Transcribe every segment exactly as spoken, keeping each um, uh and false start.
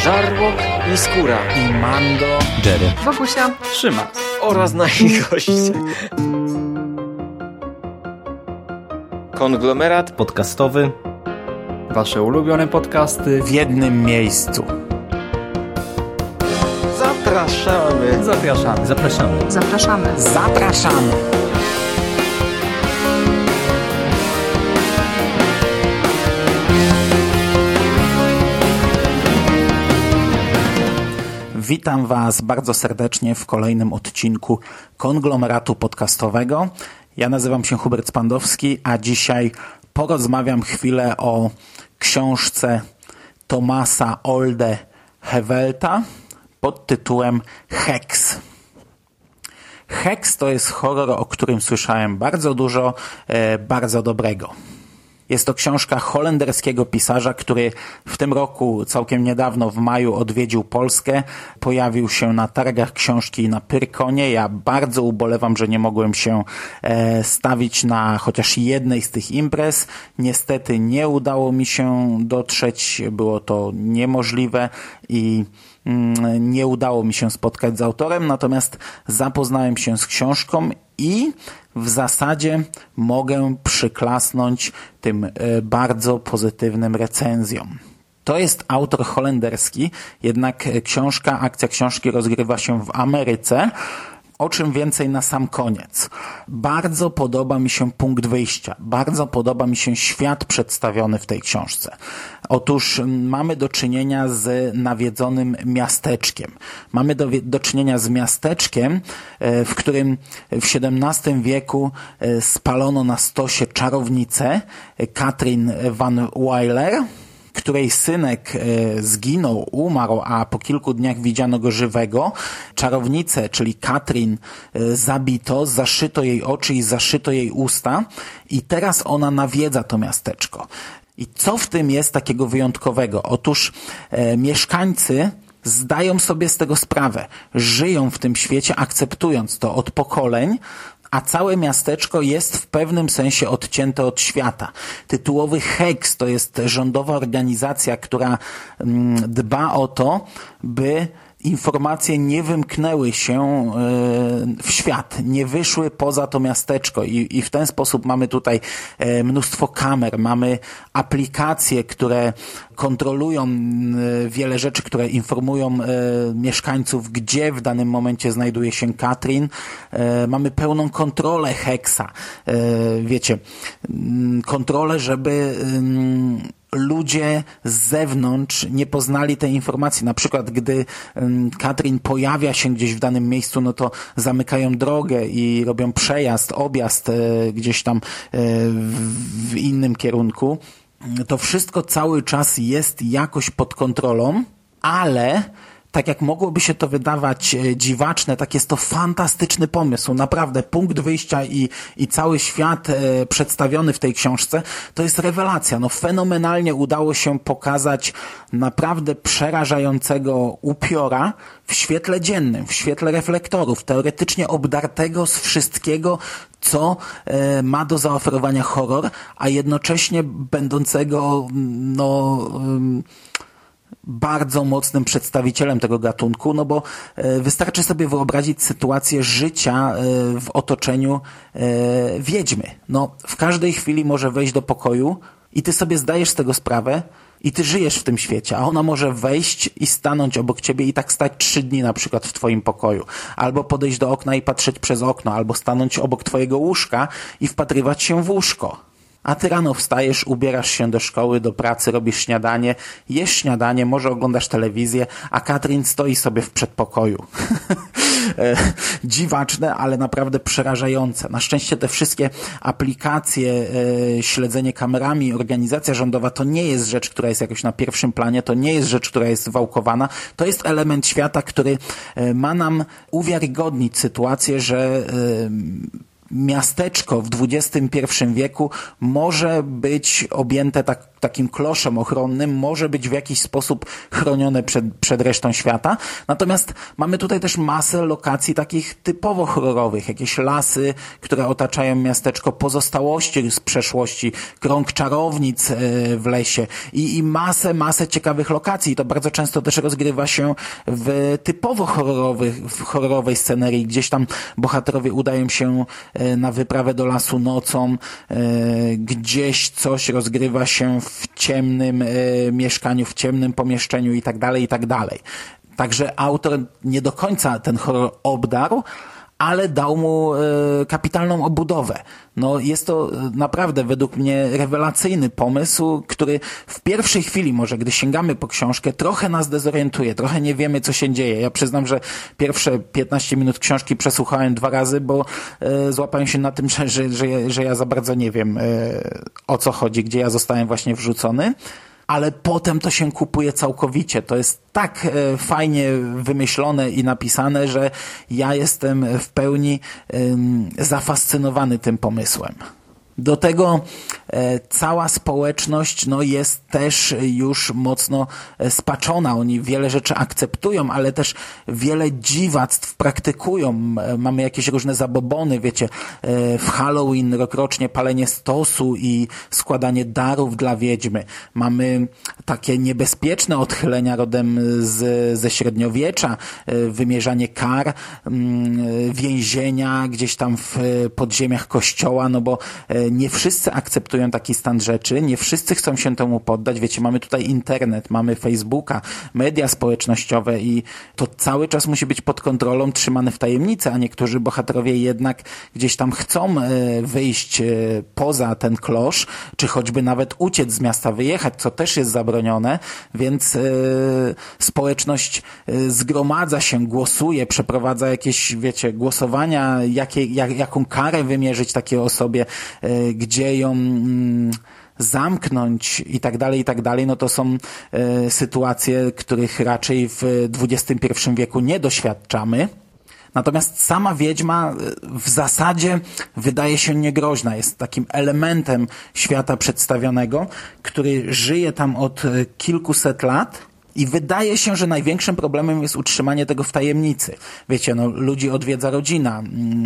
Żarłok i Skóra i Mando, Jerry, Wokusia, Szymas oraz nasi goście. Konglomerat podcastowy. Wasze ulubione podcasty w jednym miejscu. Zapraszamy. Zapraszamy. Zapraszamy. zapraszamy. Zapraszamy. Witam Was bardzo serdecznie w kolejnym odcinku Konglomeratu Podcastowego. Ja nazywam się Hubert Spandowski, a dzisiaj porozmawiam chwilę o książce Thomasa Olde Hewelta pod tytułem Hex. Hex to jest horror, o którym słyszałem bardzo dużo, e, bardzo dobrego. Jest to książka holenderskiego pisarza, który w tym roku, całkiem niedawno, w maju odwiedził Polskę. Pojawił się na targach książki na Pyrkonie. Ja bardzo ubolewam, że nie mogłem się e, stawić na chociaż jednej z tych imprez. Niestety nie udało mi się dotrzeć. Było to niemożliwe i mm, nie udało mi się spotkać z autorem. Natomiast zapoznałem się z książką i w zasadzie mogę przyklasnąć tym bardzo pozytywnym recenzjom. To jest autor holenderski, jednak książka, akcja książki rozgrywa się w Ameryce. O czym więcej na sam koniec. Bardzo podoba mi się punkt wyjścia. Bardzo podoba mi się świat przedstawiony w tej książce. Otóż mamy do czynienia z nawiedzonym miasteczkiem. Mamy do, do czynienia z miasteczkiem, w którym w siedemnastym wieku spalono na stosie czarownicę Katrin van Weiler, której synek e, zginął, umarł, a po kilku dniach widziano go żywego. Czarownicę, czyli Katrin, e, zabito, zaszyto jej oczy i zaszyto jej usta i teraz ona nawiedza to miasteczko. I co w tym jest takiego wyjątkowego? Otóż e, mieszkańcy zdają sobie z tego sprawę, żyją w tym świecie, akceptując to od pokoleń, a całe miasteczko jest w pewnym sensie odcięte od świata. Tytułowy Hex to jest rządowa organizacja, która dba o to, by informacje nie wymknęły się w świat, nie wyszły poza to miasteczko i, i w ten sposób mamy tutaj mnóstwo kamer, mamy aplikacje, które kontrolują wiele rzeczy, które informują mieszkańców, gdzie w danym momencie znajduje się Katrin. Mamy pełną kontrolę Hexa. Wiecie, kontrolę, żeby ludzie z zewnątrz nie poznali tej informacji. Na przykład, gdy Katrin pojawia się gdzieś w danym miejscu, no to zamykają drogę i robią przejazd, objazd gdzieś tam w innym kierunku. To wszystko cały czas jest jakoś pod kontrolą, ale tak jak mogłoby się to wydawać dziwaczne, tak jest to fantastyczny pomysł. Naprawdę punkt wyjścia i, i cały świat e, przedstawiony w tej książce to jest rewelacja. No fenomenalnie udało się pokazać naprawdę przerażającego upiora w świetle dziennym, w świetle reflektorów, teoretycznie obdartego z wszystkiego, co e, ma do zaoferowania horror, a jednocześnie będącego no um, bardzo mocnym przedstawicielem tego gatunku, no bo e, wystarczy sobie wyobrazić sytuację życia e, w otoczeniu e, wiedźmy. No, w każdej chwili może wejść do pokoju i ty sobie zdajesz z tego sprawę i ty żyjesz w tym świecie, a ona może wejść i stanąć obok ciebie i tak stać trzy dni na przykład w twoim pokoju. Albo podejść do okna i patrzeć przez okno, albo stanąć obok twojego łóżka i wpatrywać się w łóżko. A ty rano wstajesz, ubierasz się do szkoły, do pracy, robisz śniadanie, jesz śniadanie, może oglądasz telewizję, a Katrin stoi sobie w przedpokoju. Dziwaczne, ale naprawdę przerażające. Na szczęście te wszystkie aplikacje, śledzenie kamerami, organizacja rządowa to nie jest rzecz, która jest jakoś na pierwszym planie, to nie jest rzecz, która jest wałkowana. To jest element świata, który ma nam uwiarygodnić sytuację, że miasteczko w dwudziestym pierwszym wieku może być objęte tak, takim kloszem ochronnym, może być w jakiś sposób chronione przed, przed resztą świata. Natomiast mamy tutaj też masę lokacji takich typowo horrorowych, jakieś lasy, które otaczają miasteczko, pozostałości z przeszłości, krąg czarownic w lesie i, i masę, masę ciekawych lokacji. I to bardzo często też rozgrywa się w typowo horrorowych, w horrorowej scenerii. Gdzieś tam bohaterowie udają się na wyprawę do lasu nocą, gdzieś coś rozgrywa się w ciemnym mieszkaniu, w ciemnym pomieszczeniu i tak dalej, i tak dalej. Także autor nie do końca ten horror obdarł, ale dał mu e, kapitalną obudowę. No jest to naprawdę według mnie rewelacyjny pomysł, który w pierwszej chwili może, gdy sięgamy po książkę, trochę nas dezorientuje, trochę nie wiemy, co się dzieje. Ja przyznam, że pierwsze piętnaście minut książki przesłuchałem dwa razy, bo e, złapałem się na tym, że, że, że, że ja za bardzo nie wiem, e, o co chodzi, gdzie ja zostałem właśnie wrzucony. Ale potem to się kupuje całkowicie. To jest tak e, fajnie wymyślone i napisane, że ja jestem w pełni e, zafascynowany tym pomysłem. Do tego e, cała społeczność no, jest też już mocno e, spaczona. Oni wiele rzeczy akceptują, ale też wiele dziwactw praktykują. E, mamy jakieś różne zabobony, wiecie, e, w Halloween rokrocznie palenie stosu i składanie darów dla wiedźmy. Mamy takie niebezpieczne odchylenia rodem z, ze średniowiecza, e, wymierzanie kar, m, więzienia gdzieś tam w podziemiach kościoła, no bo e, nie wszyscy akceptują taki stan rzeczy, nie wszyscy chcą się temu poddać. Wiecie, mamy tutaj internet, mamy Facebooka, media społecznościowe i to cały czas musi być pod kontrolą, trzymane w tajemnicy, a niektórzy bohaterowie jednak gdzieś tam chcą wyjść poza ten klosz, czy choćby nawet uciec z miasta, wyjechać, co też jest zabronione, więc społeczność zgromadza się, głosuje, przeprowadza jakieś, wiecie, głosowania, jakie, jak, jaką karę wymierzyć takiej osobie, gdzie ją mm, zamknąć i tak dalej, i tak dalej, no to są e, sytuacje, których raczej w dwudziestym pierwszym wieku nie doświadczamy. Natomiast sama wiedźma w zasadzie wydaje się niegroźna. Jest takim elementem świata przedstawionego, który żyje tam od kilkuset lat. I wydaje się, że największym problemem jest utrzymanie tego w tajemnicy. Wiecie, no ludzi odwiedza rodzina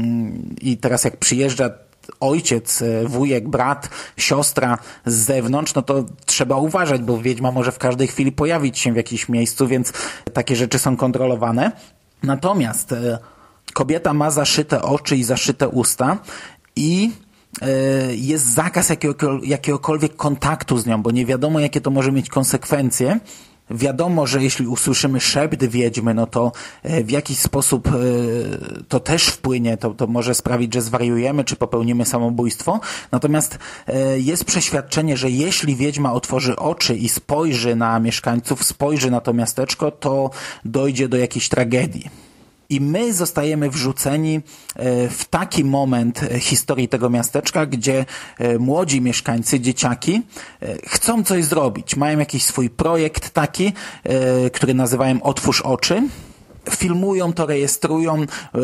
i teraz jak przyjeżdża ojciec, wujek, brat, siostra z zewnątrz, no to trzeba uważać, bo wiedźma może w każdej chwili pojawić się w jakimś miejscu, więc takie rzeczy są kontrolowane. Natomiast kobieta ma zaszyte oczy i zaszyte usta i jest zakaz jakiegokolwiek kontaktu z nią, bo nie wiadomo, jakie to może mieć konsekwencje. Wiadomo, że jeśli usłyszymy szept wiedźmy, no to w jakiś sposób to też wpłynie, to, to może sprawić, że zwariujemy, czy popełnimy samobójstwo. Natomiast jest przeświadczenie, że jeśli wiedźma otworzy oczy i spojrzy na mieszkańców, spojrzy na to miasteczko, to dojdzie do jakiejś tragedii. I my zostajemy wrzuceni w taki moment historii tego miasteczka, gdzie młodzi mieszkańcy, dzieciaki chcą coś zrobić. Mają jakiś swój projekt taki, który nazywają Otwórz oczy. Filmują to, rejestrują,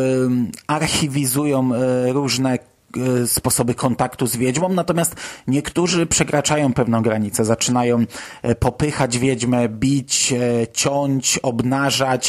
archiwizują różne sposoby kontaktu z wiedźmą, natomiast niektórzy przekraczają pewną granicę, zaczynają popychać wiedźmę, bić, ciąć, obnażać,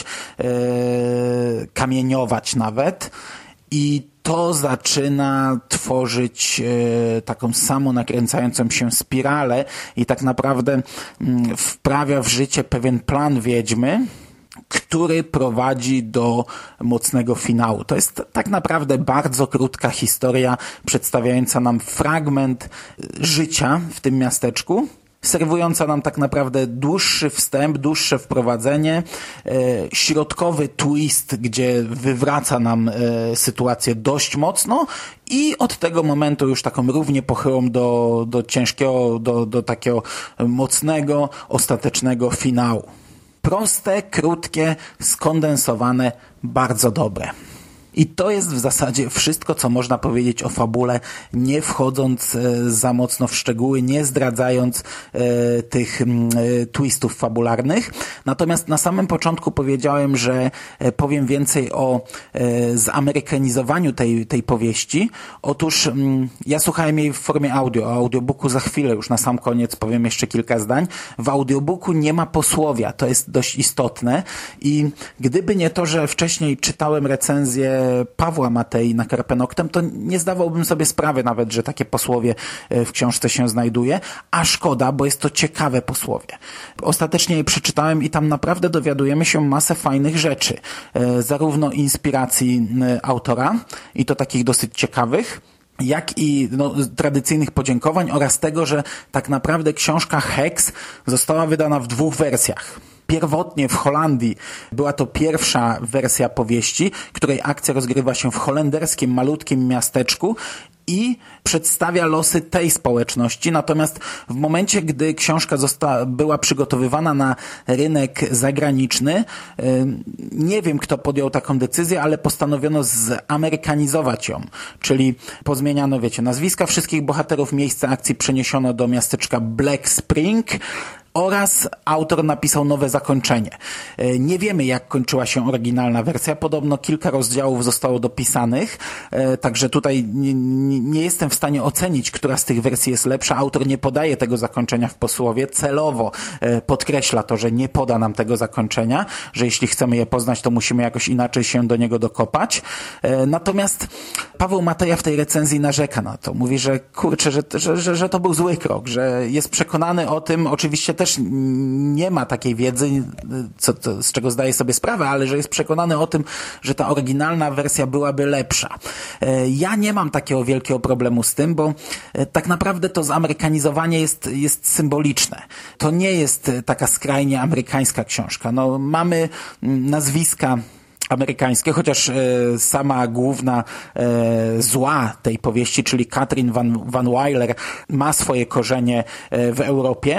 kamieniować nawet i to zaczyna tworzyć taką samonakręcającą się spiralę i tak naprawdę wprawia w życie pewien plan wiedźmy, który prowadzi do mocnego finału. To jest tak naprawdę bardzo krótka historia przedstawiająca nam fragment życia w tym miasteczku, serwująca nam tak naprawdę dłuższy wstęp, dłuższe wprowadzenie, e, środkowy twist, gdzie wywraca nam e, sytuację dość mocno i od tego momentu już taką równie pochyłą do, do ciężkiego, do, do takiego mocnego, ostatecznego finału. Proste, krótkie, skondensowane, bardzo dobre. I to jest w zasadzie wszystko, co można powiedzieć o fabule, nie wchodząc e, za mocno w szczegóły, nie zdradzając e, tych e, twistów fabularnych. Natomiast na samym początku powiedziałem, że e, powiem więcej o e, zamerykanizowaniu tej, tej powieści. Otóż m, ja słuchałem jej w formie audio, o audiobooku za chwilę, już na sam koniec powiem jeszcze kilka zdań. W audiobooku nie ma posłowia, to jest dość istotne i gdyby nie to, że wcześniej czytałem recenzję Pawła Matei na Carpe Noctem, to nie zdawałbym sobie sprawy nawet, że takie posłowie w książce się znajduje, a szkoda, bo jest to ciekawe posłowie. Ostatecznie je przeczytałem i tam naprawdę dowiadujemy się masę fajnych rzeczy, zarówno inspiracji autora i to takich dosyć ciekawych, jak i no, tradycyjnych podziękowań oraz tego, że tak naprawdę książka Hex została wydana w dwóch wersjach. Pierwotnie w Holandii była to pierwsza wersja powieści, której akcja rozgrywa się w holenderskim malutkim miasteczku i przedstawia losy tej społeczności. Natomiast w momencie, gdy książka została, była przygotowywana na rynek zagraniczny, nie wiem, kto podjął taką decyzję, ale postanowiono zamerykanizować ją. Czyli pozmieniano, wiecie, nazwiska wszystkich bohaterów, miejsce akcji przeniesiono do miasteczka Black Spring, oraz autor napisał nowe zakończenie. Nie wiemy, jak kończyła się oryginalna wersja. Podobno kilka rozdziałów zostało dopisanych, także tutaj nie, nie, nie jestem w stanie ocenić, która z tych wersji jest lepsza. Autor nie podaje tego zakończenia w posłowie. Celowo podkreśla to, że nie poda nam tego zakończenia, że jeśli chcemy je poznać, to musimy jakoś inaczej się do niego dokopać. Natomiast Paweł Mateja w tej recenzji narzeka na to. Mówi, że kurczę, że, że, że, że to był zły krok, że jest przekonany o tym, oczywiście też nie ma takiej wiedzy, co, co, z czego zdaje sobie sprawę, ale że jest przekonany o tym, że ta oryginalna wersja byłaby lepsza. Ja nie mam takiego wielkiego problemu z tym, bo tak naprawdę to zamerykanizowanie jest, jest symboliczne. To nie jest taka skrajnie amerykańska książka. No, mamy nazwiska amerykańskie, chociaż e, sama główna e, zła tej powieści, czyli Katrin Van, Van Wyler, ma swoje korzenie e, w Europie.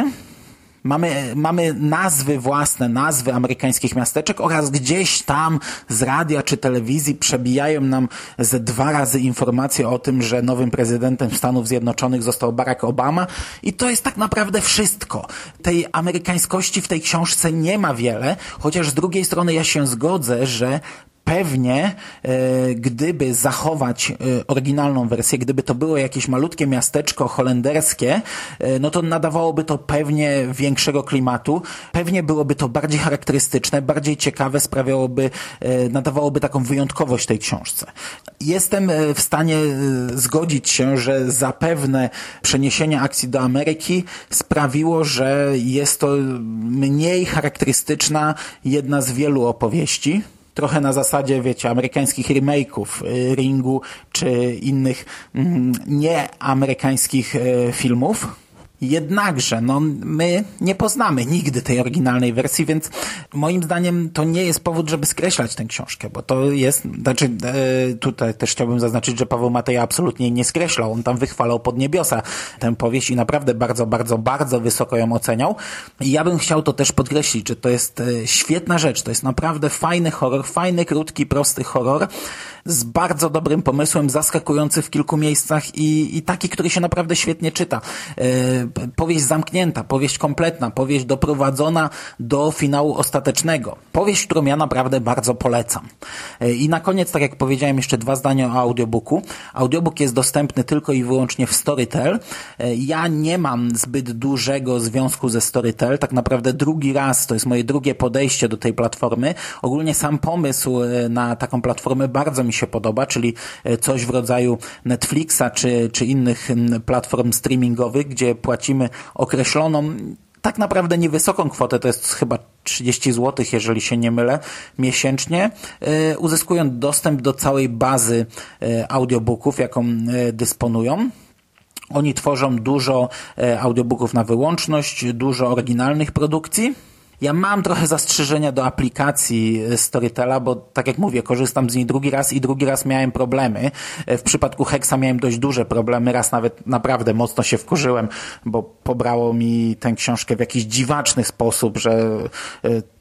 Mamy, mamy nazwy własne, nazwy amerykańskich miasteczek oraz gdzieś tam z radia czy telewizji przebijają nam ze dwa razy informacje o tym, że nowym prezydentem Stanów Zjednoczonych został Barack Obama i to jest tak naprawdę wszystko. Tej amerykańskości w tej książce nie ma wiele, chociaż z drugiej strony ja się zgodzę, że pewnie e, gdyby zachować e, oryginalną wersję, gdyby to było jakieś malutkie miasteczko holenderskie, e, no to nadawałoby to pewnie większego klimatu, pewnie byłoby to bardziej charakterystyczne, bardziej ciekawe, sprawiałoby, e, nadawałoby taką wyjątkowość tej książce. Jestem e, w stanie e, zgodzić się, że zapewne przeniesienie akcji do Ameryki sprawiło, że jest to mniej charakterystyczna jedna z wielu opowieści. Trochę na zasadzie, wiecie, amerykańskich remake'ów Ringu czy innych mm, nieamerykańskich e, filmów. Jednakże, no, my nie poznamy nigdy tej oryginalnej wersji, więc moim zdaniem to nie jest powód, żeby skreślać tę książkę, bo to jest, znaczy e, tutaj też chciałbym zaznaczyć, że Paweł Mateja absolutnie nie skreślał, on tam wychwalał pod niebiosa tę powieść i naprawdę bardzo, bardzo, bardzo wysoko ją oceniał. I ja bym chciał to też podkreślić, że to jest e, świetna rzecz, to jest naprawdę fajny horror, fajny, krótki, prosty horror, z bardzo dobrym pomysłem, zaskakujący w kilku miejscach i, i taki, który się naprawdę świetnie czyta. E, powieść zamknięta, powieść kompletna, powieść doprowadzona do finału ostatecznego. Powieść, którą ja naprawdę bardzo polecam. E, I na koniec, tak jak powiedziałem, jeszcze dwa zdania o audiobooku. Audiobook jest dostępny tylko i wyłącznie w Storytel. E, ja nie mam zbyt dużego związku ze Storytel. Tak naprawdę drugi raz, to jest moje drugie podejście do tej platformy. Ogólnie sam pomysł na taką platformę bardzo mi się podoba, czyli coś w rodzaju Netflixa czy, czy innych platform streamingowych, gdzie płacimy określoną, tak naprawdę niewysoką kwotę, to jest chyba trzydzieści złotych, jeżeli się nie mylę, miesięcznie, uzyskując dostęp do całej bazy audiobooków, jaką dysponują. Oni tworzą dużo audiobooków na wyłączność, dużo oryginalnych produkcji. Ja mam trochę zastrzeżenia do aplikacji Storytela, bo tak jak mówię, korzystam z niej drugi raz i drugi raz miałem problemy. W przypadku Hexa miałem dość duże problemy, raz nawet naprawdę mocno się wkurzyłem, bo pobrało mi tę książkę w jakiś dziwaczny sposób, że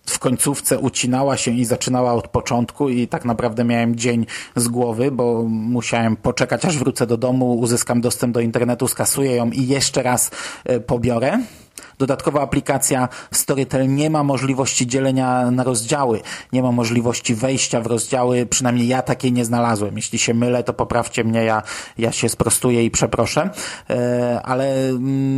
w końcówce ucinała się i zaczynała od początku i tak naprawdę miałem dzień z głowy, bo musiałem poczekać, aż wrócę do domu, uzyskam dostęp do internetu, skasuję ją i jeszcze raz pobiorę. Dodatkowa aplikacja Storytel nie ma możliwości dzielenia na rozdziały, nie ma możliwości wejścia w rozdziały, przynajmniej ja takiej nie znalazłem. Jeśli się mylę, to poprawcie mnie, ja, ja się sprostuję i przeproszę, ale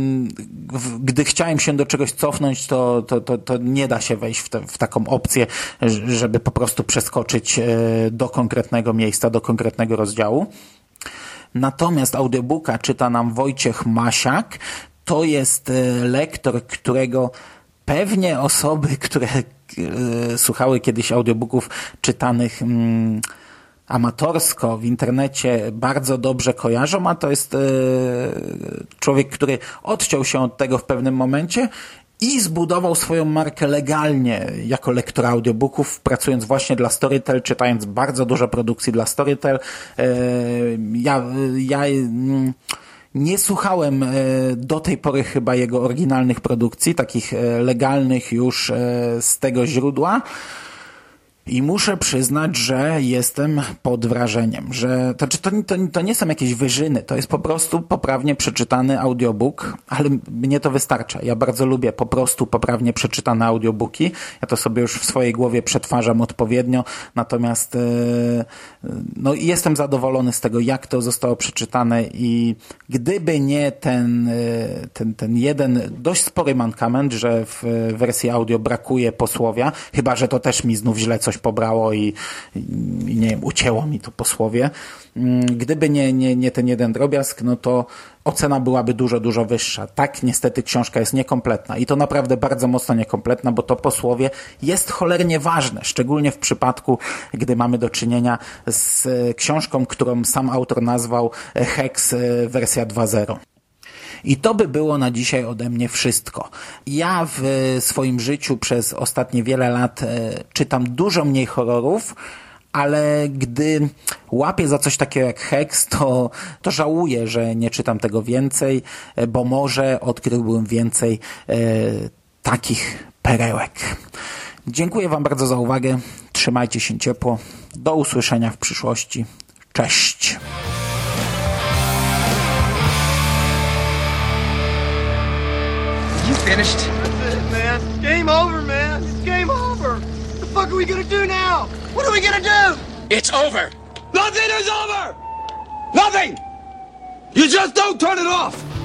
gdy chciałem się do czegoś cofnąć, to, to, to, to nie da się wejść w, te, w taką opcję, żeby po prostu przeskoczyć do konkretnego miejsca, do konkretnego rozdziału. Natomiast audiobooka czyta nam Wojciech Masiak. To jest lektor, którego pewnie osoby, które słuchały kiedyś audiobooków czytanych mm, amatorsko w internecie, bardzo dobrze kojarzą, a to jest człowiek, który odciął się od tego w pewnym momencie i zbudował swoją markę legalnie jako lektor audiobooków, pracując właśnie dla Storytel, czytając bardzo dużo produkcji dla Storytel. Ja... ja Nie słuchałem do tej pory chyba jego oryginalnych produkcji, takich legalnych już z tego źródła. I muszę przyznać, że jestem pod wrażeniem, że to, to, to, to nie są jakieś wyżyny, to jest po prostu poprawnie przeczytany audiobook, ale mnie to wystarcza. Ja bardzo lubię po prostu poprawnie przeczytane audiobooki. Ja to sobie już w swojej głowie przetwarzam odpowiednio, natomiast no, jestem zadowolony z tego, jak to zostało przeczytane i gdyby nie ten, ten, ten jeden dość spory mankament, że w wersji audio brakuje posłowia, chyba że to też mi znów źle coś pobrało i, i nie wiem, ucięło mi to posłowie. Gdyby nie, nie, nie ten jeden drobiazg, no to ocena byłaby dużo, dużo wyższa. Tak, niestety książka jest niekompletna i to naprawdę bardzo mocno niekompletna, bo to posłowie jest cholernie ważne, szczególnie w przypadku, gdy mamy do czynienia z książką, którą sam autor nazwał Hex wersja dwa zero. I to by było na dzisiaj ode mnie wszystko. Ja w swoim życiu przez ostatnie wiele lat czytam dużo mniej horrorów, ale gdy łapię za coś takiego jak Hex, to, to żałuję, że nie czytam tego więcej, bo może odkryłbym więcej e, takich perełek. Dziękuję Wam bardzo za uwagę. Trzymajcie się ciepło. Do usłyszenia w przyszłości. Cześć! You finished? That's it, man. It's game over, man. It's game over. What the fuck are we gonna do now? What are we gonna do? It's over! Nothing is over! Nothing! You just don't turn it off!